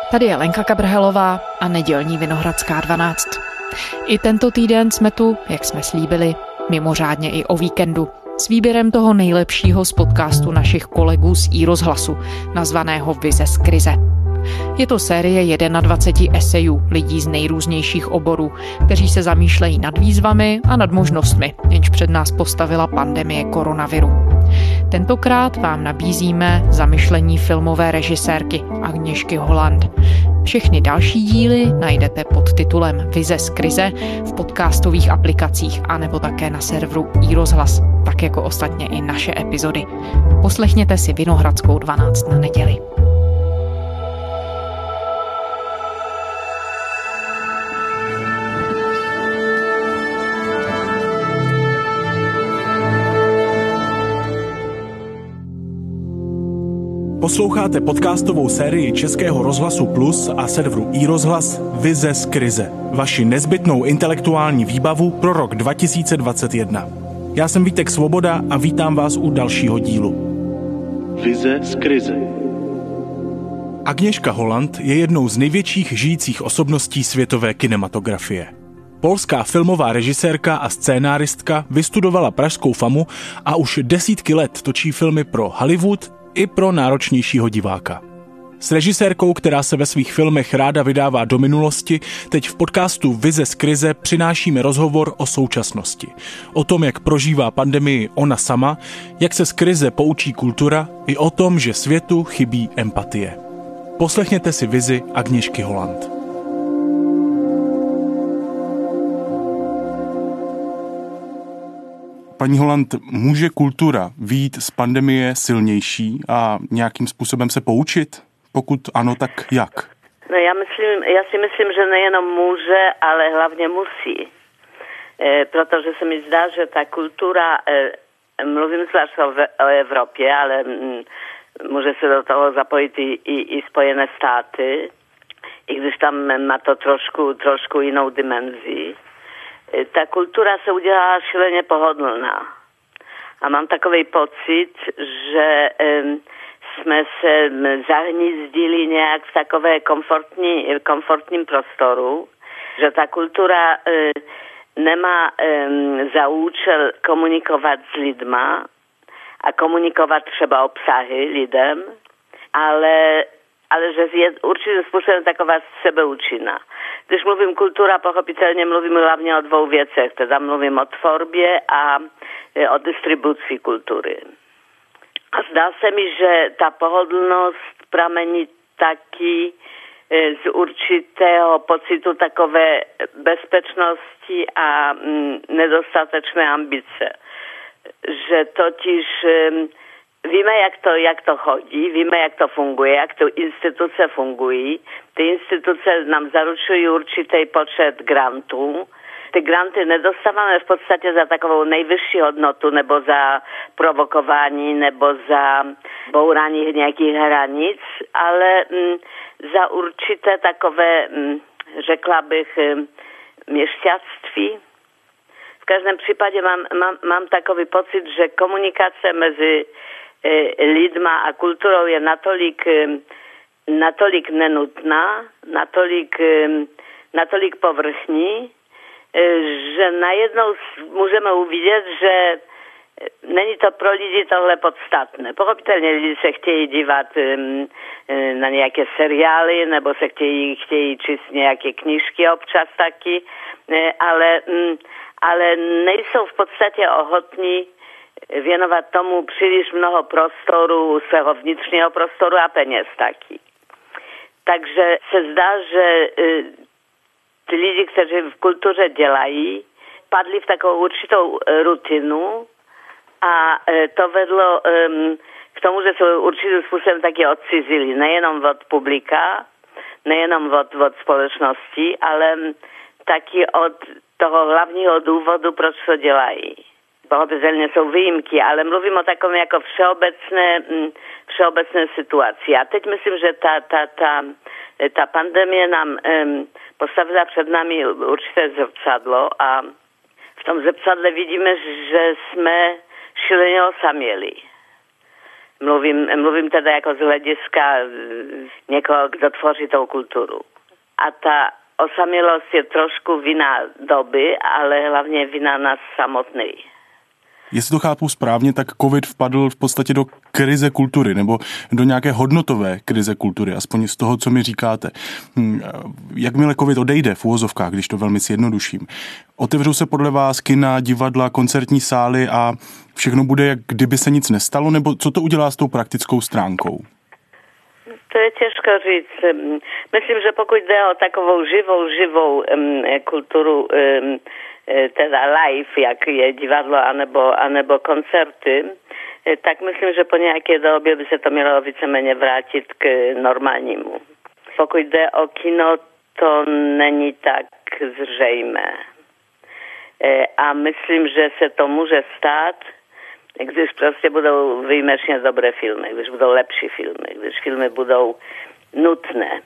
Tady je Lenka Kabrhelová a nedělní Vinohradská 12. I tento týden jsme tu, jak jsme slíbili, mimořádně i o víkendu, s výběrem toho nejlepšího z podcastu našich kolegů z iRozhlasu, nazvaného Vize z krize. Je to série 21 esejů lidí z nejrůznějších oborů, kteří se zamýšlejí nad výzvami a nad možnostmi, jenž před nás postavila pandemie koronaviru. Tentokrát vám nabízíme zamyšlení filmové režisérky Agněšky Holland. Všechny další díly najdete pod titulem Vize z krize v podcastových aplikacích anebo také na serveru iRozhlas, tak jako ostatně i naše epizody. Poslechněte si Vinohradskou 12 na neděli. Posloucháte podcastovou sérii Českého rozhlasu Plus a serveru iRozhlas Vize z krize. Vaši nezbytnou intelektuální výbavu pro rok 2021. Já jsem Vítek Svoboda a vítám vás u dalšího dílu. Vize z krize. Agněška Holland je jednou z největších žijících osobností světové kinematografie. Polská filmová režisérka a scénáristka vystudovala pražskou FAMU a už desítky let točí filmy pro Hollywood i pro náročnějšího diváka. S režisérkou, která se ve svých filmech ráda vydává do minulosti, teď v podcastu Vize z krize přinášíme rozhovor o současnosti. O tom, jak prožívá pandemii ona sama, jak se z krize poučí kultura i o tom, že světu chybí empatie. Poslechněte si vizi Agněšky Holland. Paní Holland, může kultura vyjít z pandemie silnější a nějakým způsobem se poučit? Pokud ano, tak jak? No já si myslím, že nejenom může, ale hlavně musí. Protože se mi zdá, že ta kultura, mluvím zvlášť o Evropě, ale může se do toho zapojit i Spojené státy, i když tam má to trošku jinou dimenzi. Ta kultura se udělala šíleně pohodlná. A mám takový pocit, že jsme se zahnízdili nějak v takové komfortním prostoru, že ta kultura nemá za účel komunikovat s lidma a komunikovat třeba obsahy lidem, ale že je určitým způsobem taková sebeúčinná. Když mluvím kultura, pochopitelně mluvím hlavně o dvou věcech, teda mluvím o tvorbě a o distribuci kultury. A zdá se mi, že ta pohodlnost pramení taky z určitého pocitu takové bezpečnosti a nedostatečné ambice. Že totiž víme, jak to chodí, víme, jak to funguje, jak to instituce fungují. Ty instituce nám zaručují určitý počet grantů. Ty granty nedostáváme v podstatě za takovou nejvyšší hodnotu, nebo za provokování, nebo za bourání nějakých hranic, ale za určité takové, řekla bych, měšťactví. V každém případě mám takový pocit, že komunikace mezi lidma a kulturou je natolik nenutná, natolik povrchní, že najednou můžeme uvidět, že není to pro lidi tohle podstatné. Pochopitelně lidi se chtějí dívat na nějaké seriály, nebo se chtějí číst nějaké knížky občas taky, ale nejsou v podstatě ochotní věnovat tomu příliš mnoho prostoru, svého vnitřního prostoru a peněz taky. Takže se zdá, že ty lidi, kteří v kultuře dělají, padli v takovou určitou rutinu a to vedlo k tomu, že se určitým způsobem taky odcizili, nejenom od publika, nejenom od společnosti, ale taky od toho hlavního důvodu, proč to dělají. Pochopitelně jsou výjimky, ale mluvím o takovém jako všeobecné situaci. A teď myslím, že ta pandemie nám postavila před námi určité zrcadlo a v tom zrcadle vidíme, že jsme šíleně osaměli. Mluvím teda jako z hlediska někoho, kdo tvoří tou kulturu. A ta osamělost je trošku vina doby, ale hlavně vina nás samotných. Jestli to chápu správně, tak covid vpadl v podstatě do krize kultury nebo do nějaké hodnotové krize kultury, aspoň z toho, co mi říkáte. Jakmile covid odejde v uvozovkách, když to velmi zjednoduším, otevřou se podle vás kina, divadla, koncertní sály a všechno bude, jak kdyby se nic nestalo, nebo co to udělá s tou praktickou stránkou? To je těžko říct. Myslím, že pokud jde o takovou živou kulturu, teda live, jak je divadlo anebo koncerty, tak myslím, že po nějaké době by se to mělo víceméně vrátit k normálnímu. Pokud jde o kino, to není tak zřejmé. A myslím, že se to může stát, když prostě budou výjimečně dobré filmy, když budou lepší filmy, když filmy budou nutné,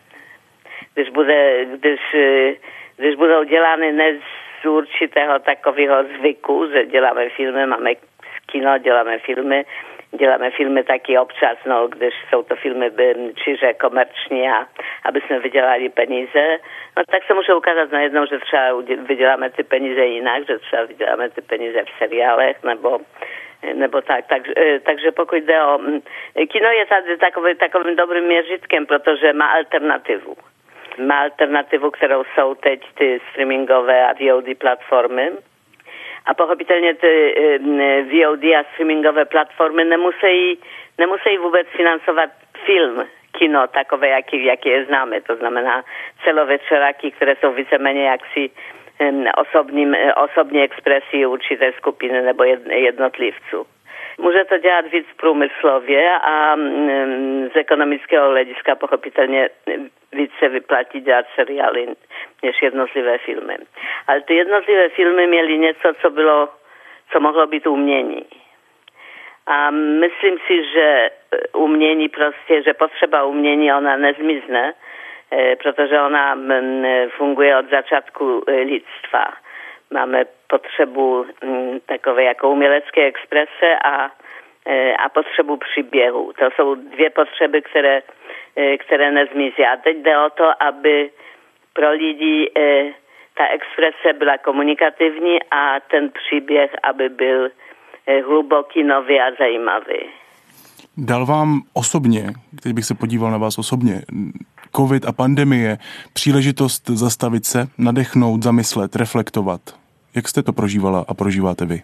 když budou dělány ne z určitého takového zvyku, že děláme filmy, máme kino, děláme filmy taky občas, no, když jsou to filmy čiže komerční a aby jsme vydělali peníze, no tak se může ukázat najednou, že třeba vyděláme ty peníze jinak, že třeba vyděláme ty peníze v seriálech, nebo tak. Takže pokud jde o... Kino je tady takovým dobrým měřítkem, protože má alternativu. Má alternativu, kterou jsou teď ty streamingové a VOD platformy. A pochopitelně ty VOD a streamingové platformy nemusí vůbec financovat film, kino takové, jaký je známe. To znamená celovečeráky, které jsou víceméně jaksi osobní expresí určité skupiny nebo jednotlivců. Může to dělat víc průmyslově a z ekonomického hlediska pochopitelně víc se vyplatí dělat seriály než jednotlivé filmy. Ale ty jednotlivé filmy měly něco, co mohlo být umění. A myslím si, že umění prostě, že potřeba umění, ona nezmizne, protože ona funguje od začátku lidstva. Máme potřebu takové jako umělecké exprese a potřebu příběhu. To jsou dvě potřeby, které nezmizí. A teď jde o to, aby pro lidi ta exprese byla komunikativní a ten příběh, aby byl hluboký, nový a zajímavý. Dal vám osobně, teď bych se podíval na vás osobně, covid a pandemie, příležitost zastavit se, nadechnout, zamyslet, reflektovat. Jak jste to prožívala a prožíváte vy?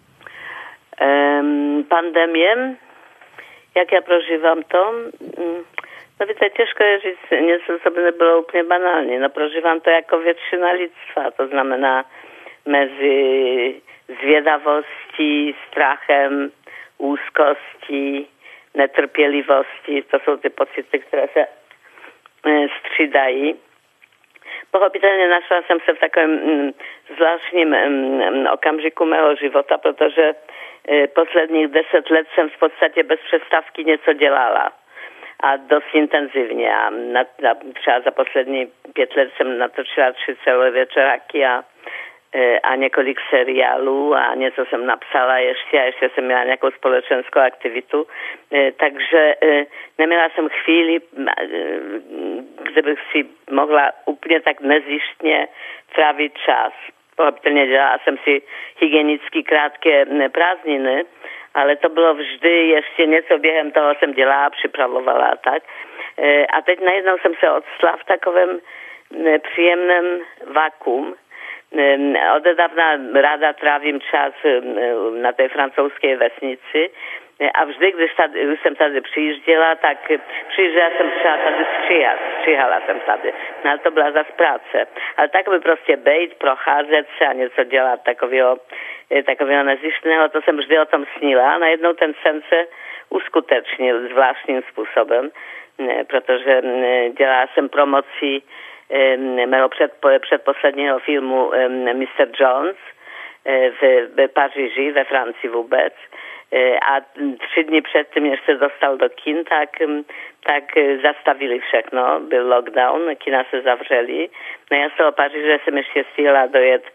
Pandemie? Jak já prožívám to? No víte, těžko je říct něco, co by nebylo úplně banální. No prožívám to jako většina lidstva, to znamená mezi zvědavostí, strachem, úzkostí, netrpělivostí. To jsou ty pocity, které se střídají. Pochopitelně našla jsem se v takovém zvláštním okamžiku mého života, protože posledních 10 let jsem v podstatě bez přestávky něco dělala. A dost intenzivně. A třeba za poslední 5 let jsem natočila 3 celovečeráky a několik seriálů a něco jsem napsala ještě jsem měla nějakou společenskou aktivitu. Takže neměla jsem chvíli, kde bych si mohla úplně tak nezištně trávit čas. Pochopitelně dělala jsem si hygienicky krátké prázdniny, ale to bylo vždy ještě něco během toho jsem dělala, připravovala a tak. A teď najednou jsem se odstala v takovém příjemném vakuum. Odedávna ráda trávím čas na té francouzské vesnici a vždy, když jsem tady přijížděla, tak přijížděla jsem třeba tady stříhala jsem tady. No, ale to byla zase práce. Ale tak by prostě bejt, procházet se a něco dělat takového nezištného, to jsem vždy o tom snila a najednou ten sen se uskutečnil zvláštním způsobem, protože dělala jsem promoci mého předposledního filmu Mr. Jones v Paříži, ve Francii vůbec. A 3 dny předtím, než se dostal do kin, tak zastavili všechno, byl lockdown, kina se zavřeli. No já z toho Paříže jsem ještě stihla dojet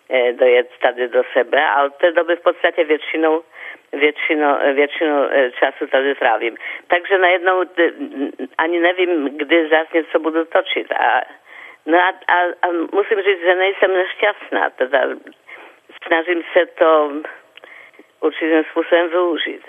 dojet tady do sebe a od té doby v podstatě většinu času tady trávím. Takže najednou ani nevím, kdy zase něco budu točit. A musím říct, že nejsem nešťastná. Teda snažím se to určitým způsobem využít.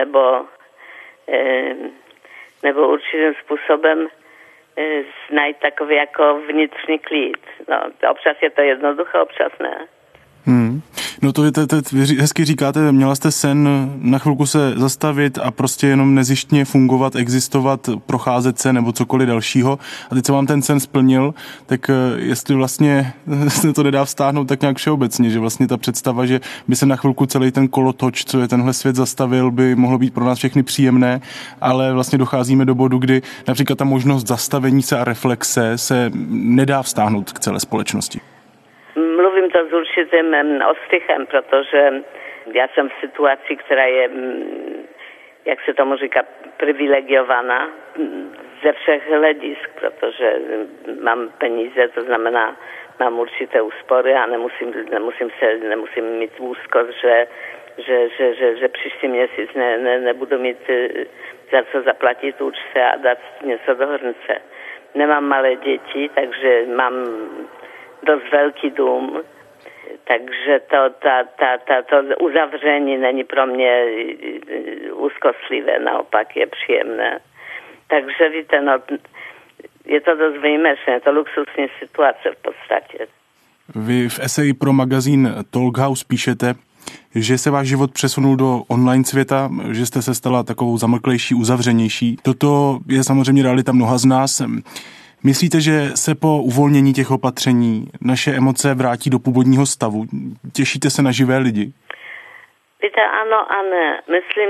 Nebo určitým způsobem najít takový jako vnitřní klid. No, občas je to jednoduché, občas ne. No to hezky říkáte, měla jste sen na chvilku se zastavit a prostě jenom nezištně fungovat, existovat, procházet se nebo cokoliv dalšího. A teď se vám ten sen splnil, tak jestli vlastně se to nedá vztáhnout tak nějak všeobecně, že vlastně ta představa, že by se na chvilku celý ten kolotoč, co je tenhle svět zastavil, by mohlo být pro nás všechny příjemné, ale vlastně docházíme do bodu, kdy například ta možnost zastavení se a reflexe se nedá vztáhnout k celé společnosti. Mluvím to s určitým ostrychem, protože já jsem v situaci, která je, jak se tomu říká, privilegiovaná ze všech hledisk, protože mám peníze, to znamená, mám určité úspory a nemusím mít úzkost, že příští měsíc nebudu mít za co zaplatit účty a dát něco do hrnce. Nemám malé děti, takže mám dost velký dům, takže to uzavření není pro mě úzkostlivé, naopak je příjemné. Takže víte, no, je to dost výjimečné, je to luxusní situace v podstatě. Vy v eseji pro magazín Talkhouse píšete, že se váš život přesunul do online světa, že jste se stala takovou zamlklejší, uzavřenější. Toto je samozřejmě realita mnoha z nás. Myslíte, že se po uvolnění těch opatření naše emoce vrátí do původního stavu? Těšíte se na živé lidi? Víte, ano a ne. Myslím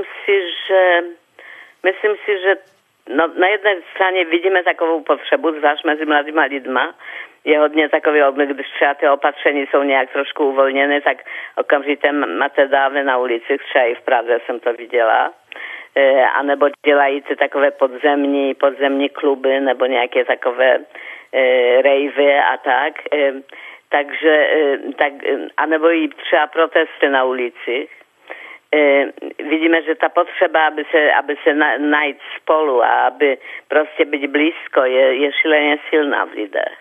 si, že no, na jedné straně vidíme takovou potřebu, zvlášť mezi mladýma lidma. Je hodně takový oblik, když třeba ty opatření jsou nějak trošku uvolněny, tak okamžitě máte dávy na ulicích, třeba i v Praze jsem to viděla. A nebo dělají ty takové podzemní kluby nebo nějaké takové rejvy a tak. Takže a nebo i třeba protesty na ulicích. Vidíme, že ta potřeba, aby se najít spolu a aby prostě být blízko, je šíleně silná v lidech.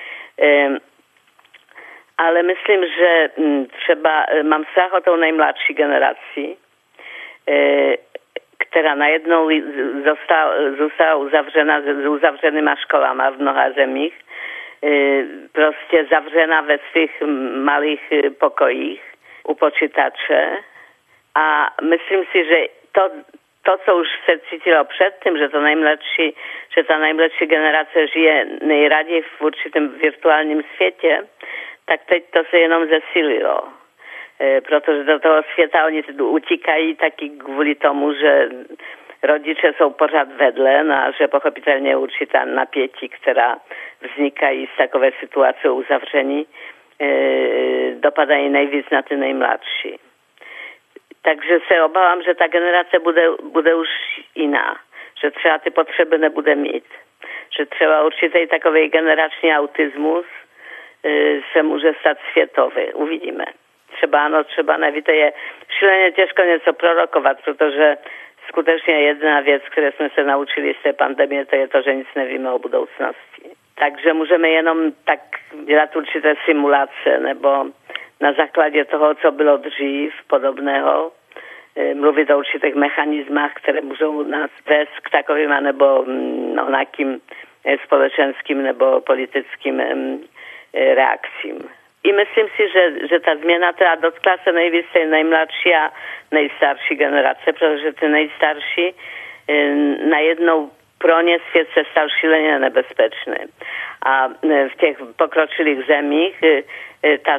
Ale myslím, že třeba mám strach o tou nejmladší generaci, která najednou zůstala uzavřena s uzavřenýma školama v mnoha zemích, prostě zavřena ve svých malých pokojích u počítače. A myslím si, že to, co už se cítilo předtím, že ta nejmladší generace žije nejraději v určitém virtuálním světě, tak teď to se jenom zesílilo. Protože do toho světa oni utíkají taky kvůli tomu, že rodiče jsou pořád vedle, no a že pochopitelně určitá napětí, která vznikají z takové situace uzavření, dopadají nejvíc na ty nejmladší. Takže se obávám, že ta generace bude už jiná, že třeba ty potřeby nebude mít, že třeba určitý takový generační autismus se může stát světový. Uvidíme. Třeba ano, třeba ne. Víte, je šíleně těžko něco prorokovat, protože skutečně jedna věc, které jsme se naučili z té pandemie, to je to, že nic nevíme o budoucnosti. Takže můžeme jenom tak dělat určité simulace, nebo na základě toho, co bylo dřív podobného, mluvit o určitých mechanismách, které můžou nás vést k takovým nebo onakým společenským nebo politickým reakcím. I myslím si, že ta změna teda dotkla se nejvíc nejmladší a nejstarší generace, protože ty nejstarší najednou pro ně svět se stal šíleně nebezpečný. A v těch pokročilých zemích ta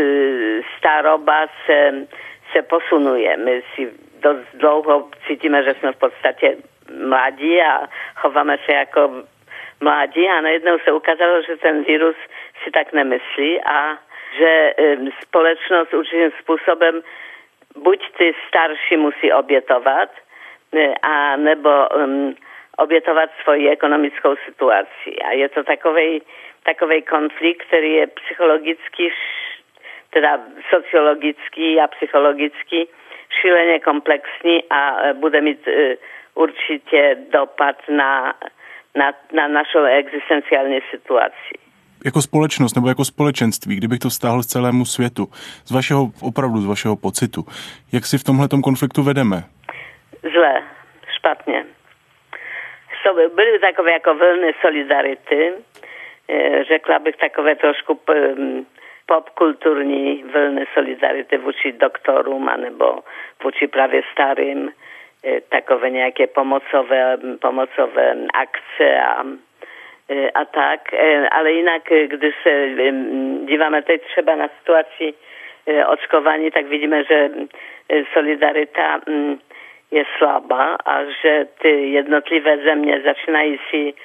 staroba se posunuje. My si dost dlouho cítíme, že jsme v podstatě mladí a chováme se jako mladí a najednou se ukázalo, že ten virus si tak nemyslí a že společnost určitým způsobem buď ty starší musí obětovat, a nebo obětovat svoji ekonomickou situaci. A je to takovej konflikt, který je psychologicky teda sociologický a psychologický šíleně komplexní a bude mít určitě dopad na našu existenciální situaci. Jako společnost nebo jako společenství, kdybych to vztáhl z celému světu, z vašeho pocitu, jak si v tomhletom konfliktu vedeme? Zle, špatně. Byly takové jako vlny solidarity, řekla bych takové trošku popkulturní vlny solidarity vůči doktorům anebo vůči právě starým, takové nějaké pomocové akce a tak, ale jinak, když se díváme teď třeba na situaci očkování, tak vidíme, že solidarita je slabá a že ty jednotlivé země začínají si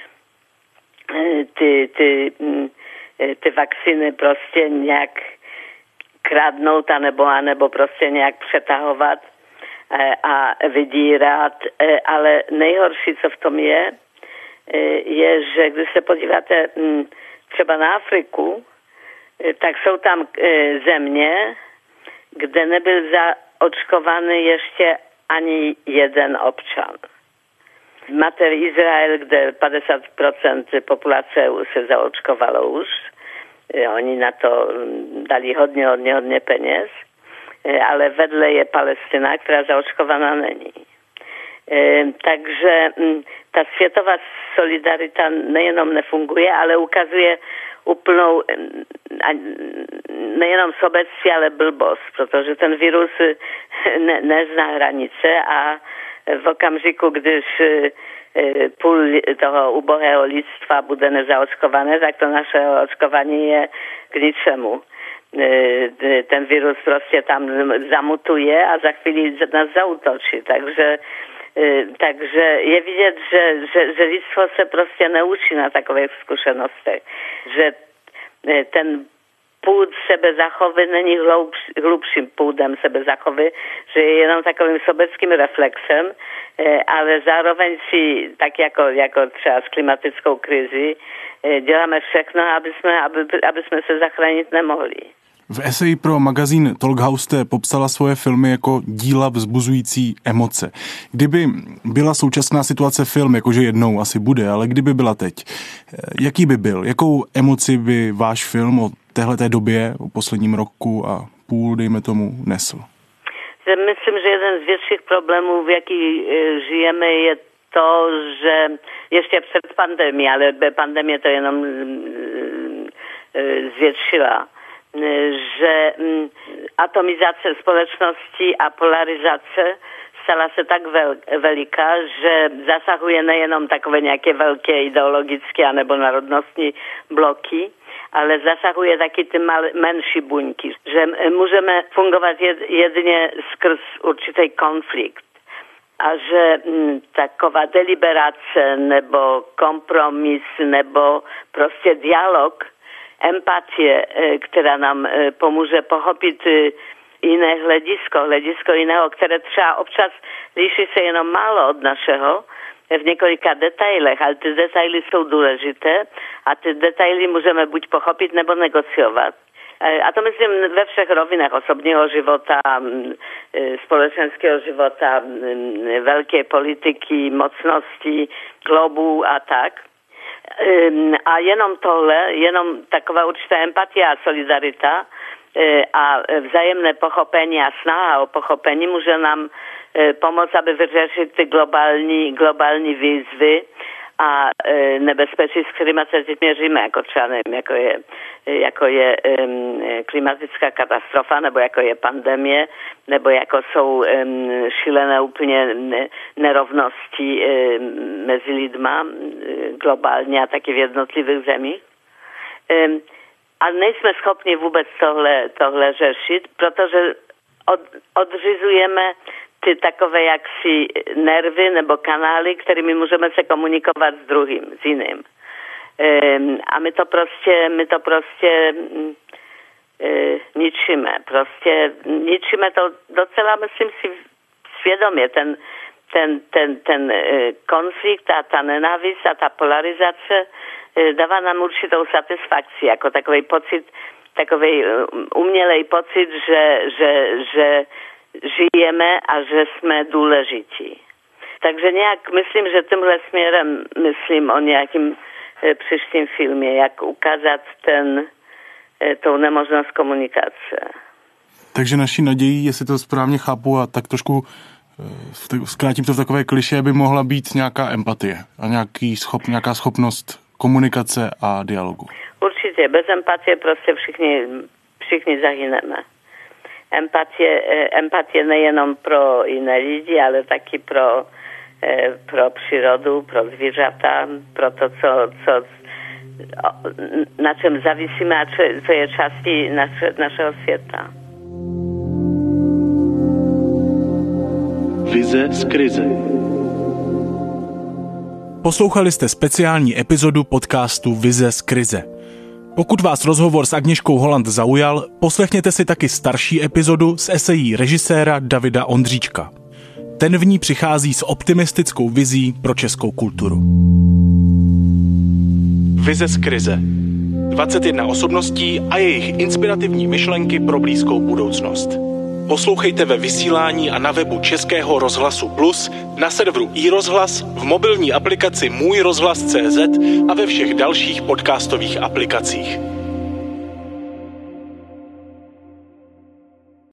ty vakcíny prostě nějak kradnout anebo prostě nějak přetahovat a vydírat, ale nejhorší, co v tom je, že když se podíváte třeba na Afriku, tak jsou tam země, kde nebyl zaočkovaný ještě ani jeden občan. Máte Izrael, kde 50% populace se zaočkovalo už. Oni na to dali hodně peněz, ale vedle je Palestina, která zaočkovaná není. Takže ta světová solidarita nejenom nefunguje, ale ukazuje úplnou nejenom sobectví, ale blbost, protože ten virus nezná hranice a v okamžiku, když půl toho ubohého lidstva bude nezaočkované, tak to naše očkování je k ničemu. Ten virus prostě tam zamutuje a za chvíli nás zaútočí. Takže je vidět, že lidstvo se prostě neučí na takových zkušenostech. Že ten půd sebezachovy není hlubším půdem sebezachovy, že je jenom takovým sobeckým reflexem, ale zároveň si, tak jako třeba s klimatickou krizi, děláme všechno, aby jsme se zachránit nemohli. V eseji pro magazín Talkhouse jste popsala svoje filmy jako díla vzbuzující emoce. Kdyby byla současná situace film, jakože jednou asi bude, ale kdyby byla teď, jaký by byl? Jakou emoci by váš film o téhleté době, o posledním roku a půl, dejme tomu, nesl? Myslím, že jeden z větších problémů, v jaký žijeme, je to, že ještě před pandemií, ale pandemie to jenom zvětšila, že atomizace společnosti a polarizace stala se tak veliká, že zasahuje nejenom takové nějaké velké ideologické anebo národnostní bloky, ale zasahuje taky ty menší buňky, že můžeme fungovat jedině skrz určitý konflikt. A že taková deliberace nebo kompromis nebo prostě dialog, empatie, která nám pomůže pochopit jiné hledisko jiného, které třeba občas liší se jenom málo od našeho, v několika detailech, ale ty detaily jsou důležité a ty detaily můžeme buď pochopit nebo negociovat. A to myslím ve všech rovinách osobního života, společenského života, velké politiky, mocnosti, globů a tak. A jenom tohle, jenom taková určitá empatie a solidarita a vzájemné pochopení a snaha o pochopení může nám pomoct, aby vyřešit ty globální výzvy a nebezpečí, s kterými se teď měříme, jako třeba nevím, jako je klimatická katastrofa, nebo jako je pandemie, nebo jako jsou šílené úplně nerovnosti mezi lidma globálně a taky v jednotlivých zemích. A nejsme schopni vůbec tohle řešit, protože odřizujeme ty takové jaksi nervy nebo kanály, kterými můžeme se komunikovat s druhým, s jiným. A my to prostě ničíme. Prostě ničíme to docela, myslím si, svědomě. Ten konflikt a ta nenávist a ta polarizace dává nám určitou satisfakci, jako takový pocit takovej umělej pocit, že žijeme a že jsme důležití. Takže nějak myslím, že tímhle směrem myslím o nějakým příštím filmě, jak ukázat tou nemožnost komunikace. Takže naší nadějí, jestli to správně chápu a tak trošku zkrátím to v takové klišé, by mohla být nějaká empatie a nějaká schopnost komunikace a dialogu. Určitě, bez empatie prostě všichni zahyneme. Empatie nejenom pro jiné lidi, ale taky pro přírodu, pro zvířata, pro to, na čem závisíme a co je částí našeho světa. Vize z krize. Poslouchali jste speciální epizodu podcastu Vize z krize. Pokud vás rozhovor s Agněškou Holland zaujal, poslechněte si taky starší epizodu s esejí režiséra Davida Ondříčka. Ten v ní přichází s optimistickou vizí pro českou kulturu. Vize z krize. 21 osobností a jejich inspirativní myšlenky pro blízkou budoucnost. Poslouchejte ve vysílání a na webu Českého rozhlasu Plus, na serveru iRozhlas, v mobilní aplikaci Můj rozhlas.cz a ve všech dalších podcastových aplikacích.